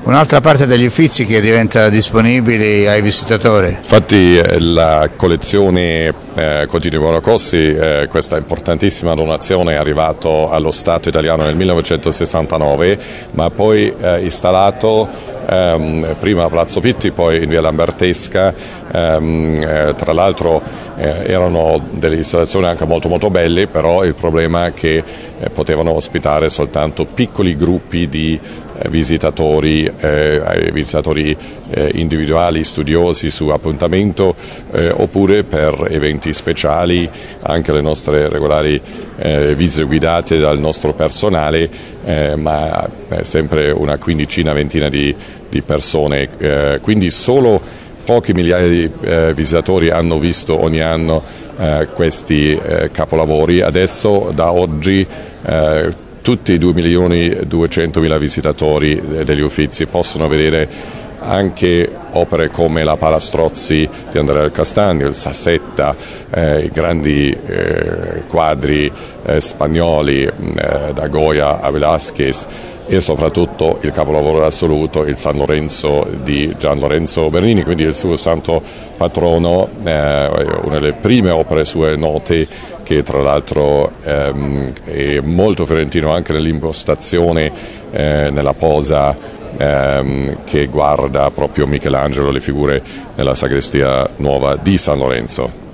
un'altra parte degli Uffizi che diventa disponibile ai visitatori. Infatti la collezione Contini Buonaccorsi, questa importantissima donazione è arrivata allo Stato italiano nel 1969, ma poi installato prima a Palazzo Pitti, poi in via Lambertesca. Tra l'altro erano delle installazioni anche molto belle, però il problema è che potevano ospitare soltanto piccoli gruppi di visitatori individuali, studiosi su appuntamento, oppure per eventi speciali. Anche le nostre regolari visite guidate dal nostro personale, ma sempre una ventina di persone, quindi solo poche migliaia di visitatori hanno visto ogni anno questi capolavori. Adesso, da oggi, tutti i 2.200.000 visitatori degli Uffizi possono vedere anche opere come la Palastrozzi di Andrea del Castagno, il Sassetta, i grandi quadri spagnoli da Goya a Velázquez, e soprattutto il capolavoro assoluto, il San Lorenzo di Gian Lorenzo Bernini, quindi il suo santo patrono, una delle prime opere sue note, che tra l'altro è molto fiorentino anche nell'impostazione, nella posa che guarda proprio Michelangelo, le figure nella sagrestia nuova di San Lorenzo.